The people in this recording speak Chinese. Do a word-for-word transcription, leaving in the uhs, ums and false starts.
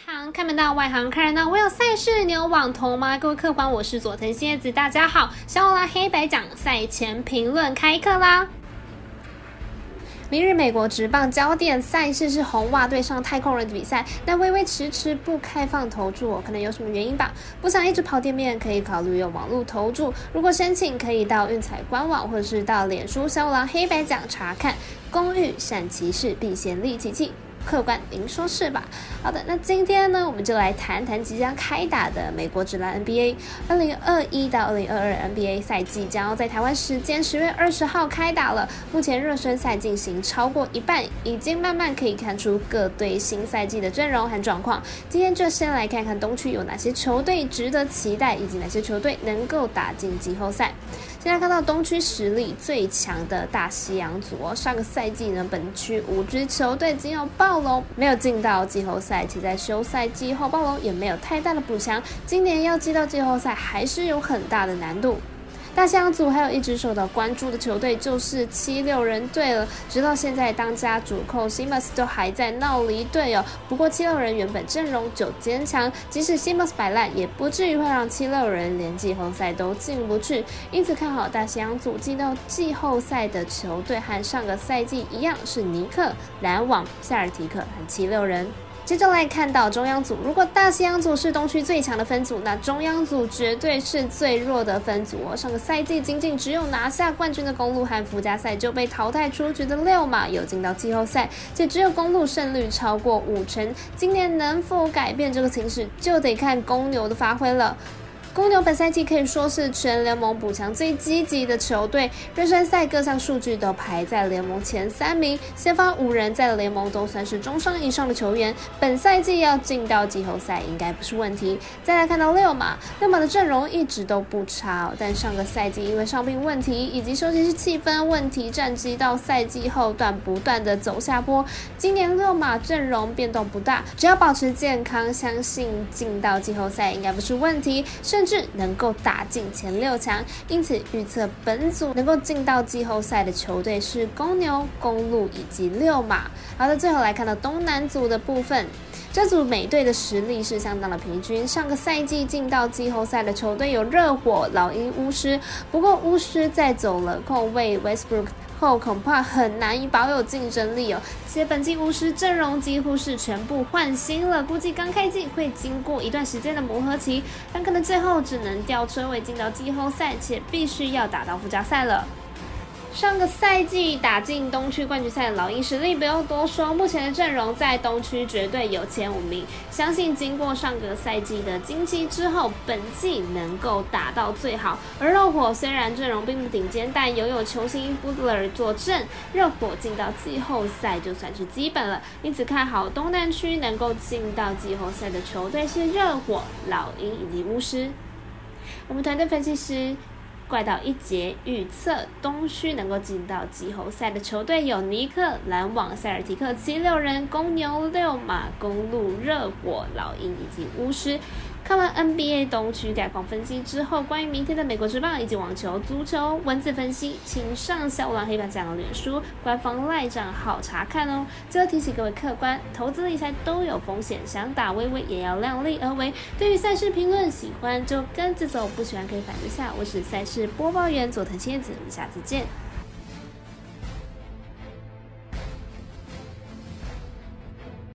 行看门道，外行看热闹。我有赛事，你有网投吗？各位客官，我是佐藤蝎子，大家好。小欧拉黑白讲赛前评论开课啦！明日美国职棒焦点赛事是红袜对上太空人的比赛，但微微迟迟不开放投注哦，可能有什么原因吧？不想一直跑店面，可以考虑用网络投注。如果申请，可以到运彩官网或者是到脸书小欧拉黑白讲查看。公寓闪骑士必先利其器。客官，您说是吧？好的，那今天呢，我们就来谈谈即将开打的美国职篮 N B A 二零二一到二零二二 N B A 赛季将要在台湾时间十月二十号开打了。目前热身赛进行超过一半，已经慢慢可以看出各队新赛季的阵容和状况。今天就先来看看东区有哪些球队值得期待，以及哪些球队能够打进季后赛。现在看到东区实力最强的大西洋组哦，上个赛季呢，本区五支球队仅有暴龙没有进到季后赛，且在休赛季后暴龙也没有太大的补强，今年要进到季后赛还是有很大的难度。大西洋组还有一支受到关注的球队就是七六人队了，直到现在当家主控 Simmons 都还在闹离队哦。不过七六人原本阵容就坚强，即使 Simmons 摆烂，也不至于会让七六人连季后赛都进不去。因此看好大西洋组进到季后赛的球队和上个赛季一样是尼克、篮网、塞尔提克和七六人。接着来看到中央组，如果大西洋组是东区最强的分组，那中央组绝对是最弱的分组哦。上个赛季仅仅只有拿下冠军的公鹿和附加赛就被淘汰出局的六马有进到季后赛，且只有公鹿胜率超过五成。今年能否改变这个情势，就得看公牛的发挥了。公牛本赛季可以说是全联盟补强最积极的球队，热身赛各项数据都排在联盟前三名，先发五人在联盟都算是中上以上的球员，本赛季要进到季后赛应该不是问题。再来看到六马，六马的阵容一直都不差哦，但上个赛季因为伤病问题以及休息室气氛问题，战绩到赛季后段不断的走下坡。今年六马阵容变动不大，只要保持健康，相信进到季后赛应该不是问题，甚至能够打进前六强，因此预测本组能够进到季后赛的球队是公牛、公鹿以及六马。好的，最后来看到东南组的部分，这组每队的实力是相当的平均，上个赛季进到季后赛的球队有热火、老鹰、巫师，不过巫师在走了控卫 Westbrook后恐怕很难以保有竞争力哦，且本季巫师阵容几乎是全部换新了，估计刚开季会经过一段时间的磨合期，但可能最后只能吊车尾进到季后赛，且必须要打到附加赛了。上个赛季打进东区冠军赛的老鹰实力不用多说，目前的阵容在东区绝对有前五名，相信经过上个赛季的经期之后，本季能够打到最好。而热火虽然阵容并不顶尖，但拥有球星 Butler 坐镇，热火进到季后赛就算是基本了，因此看好东南区能够进到季后赛的球队是热火、老鹰以及巫师。我们团队分析师怪盗一节预测东区能够进到季后赛的球队有尼克、篮网、塞尔提克、七六人、公牛、六马、公鹿、热火、老鹰以及巫师。看完 N B A 东区概况分析之后，关于明天的美国职棒以及网球、足球文字分析，请上小五郎黑板讲的脸书官方赖账号查看哦。最后提醒各位客官，投资理财都有风险，想打微微也要量力而为。对于赛事评论，喜欢就跟着走，不喜欢可以反一下。我是赛事播报员佐藤蝎子，我们下次见。